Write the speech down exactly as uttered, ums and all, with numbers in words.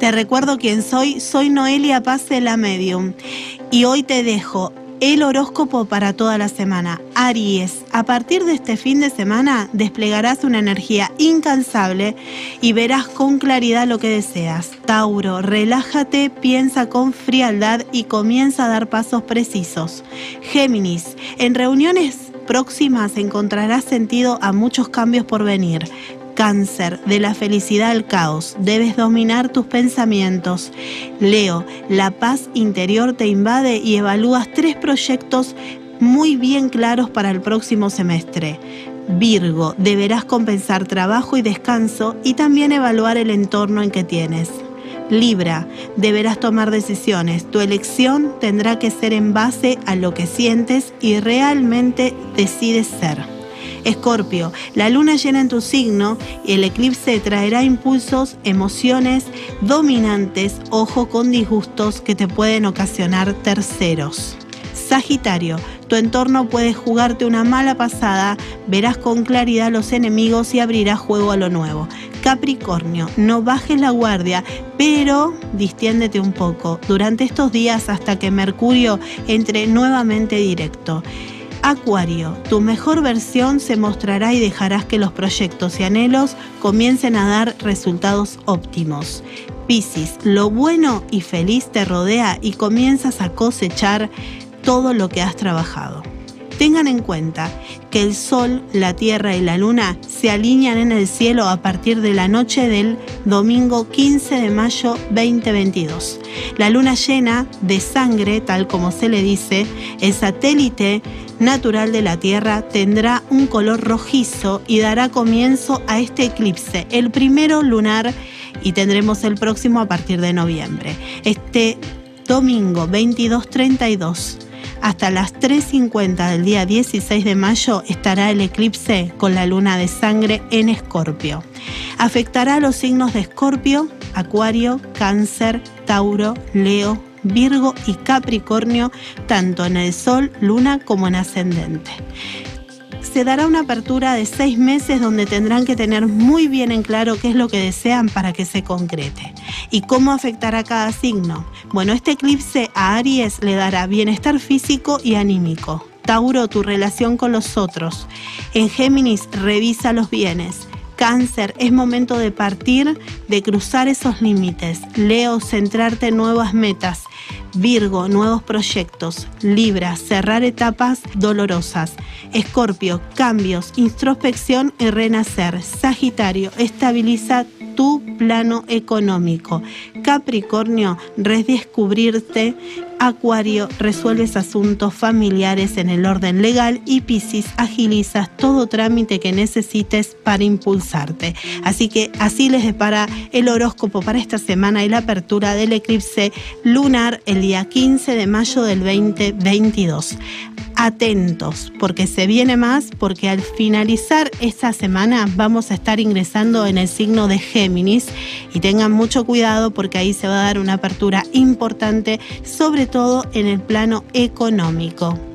Te recuerdo quién soy, soy Noelia Paz de la Medium y hoy te dejo el horóscopo para toda la semana. Aries, a partir de este fin de semana desplegarás una energía incansable y verás con claridad lo que deseas. Tauro, relájate, piensa con frialdad y comienza a dar pasos precisos. Géminis, en reuniones próximas encontrarás sentido a muchos cambios por venir. Cáncer, de la felicidad al caos, debes dominar tus pensamientos. Leo, la paz interior te invade y evalúas tres proyectos muy bien claros para el próximo semestre. Virgo, deberás compensar trabajo y descanso y también evaluar el entorno en que tienes. Libra, deberás tomar decisiones. Tu elección tendrá que ser en base a lo que sientes y realmente decides ser. Escorpio, la luna llena en tu signo y el eclipse traerá impulsos, emociones dominantes, ojo con disgustos que te pueden ocasionar terceros. Sagitario, tu entorno puede jugarte una mala pasada, verás con claridad los enemigos y abrirás juego a lo nuevo. Capricornio, no bajes la guardia, pero distiéndete un poco durante estos días hasta que Mercurio entre nuevamente directo. Acuario, tu mejor versión se mostrará y dejarás que los proyectos y anhelos comiencen a dar resultados óptimos. Piscis, lo bueno y feliz te rodea y comienzas a cosechar todo lo que has trabajado. Tengan en cuenta que el Sol, la Tierra y la Luna se alinean en el cielo a partir de la noche del domingo quince de mayo veinte veintidós. La luna llena de sangre, tal como se le dice, el satélite natural de la Tierra tendrá un color rojizo y dará comienzo a este eclipse, el primero lunar, y tendremos el próximo a partir de noviembre. Este domingo veintidós treinta y dos. Hasta las tres cincuenta del día dieciséis de mayo estará el eclipse con la luna de sangre en Escorpio. Afectará a los signos de Escorpio, Acuario, Cáncer, Tauro, Leo, Virgo y Capricornio, tanto en el Sol, Luna como en ascendente. Se dará una apertura de seis meses donde tendrán que tener muy bien en claro qué es lo que desean para que se concrete. ¿Y cómo afectará cada signo? Bueno, este eclipse a Aries le dará bienestar físico y anímico. Tauro, tu relación con los otros. En Géminis, revisa los bienes. Cáncer, es momento de partir, de cruzar esos límites. Leo, centrarte en nuevas metas. Virgo, nuevos proyectos. Libra, cerrar etapas dolorosas. Escorpio, cambios, introspección y renacer. Sagitario, estabiliza tu plano económico. Capricornio, redescubrirte. Acuario, resuelves asuntos familiares en el orden legal y Piscis, agilizas todo trámite que necesites para impulsarte. Así que así les depara el horóscopo para esta semana y la apertura del eclipse lunar el día quince de mayo del veinte veintidós. Atentos, porque se viene más, porque al finalizar esta semana vamos a estar ingresando en el signo de Géminis y tengan mucho cuidado porque ahí se va a dar una apertura importante, sobre todo en el plano económico.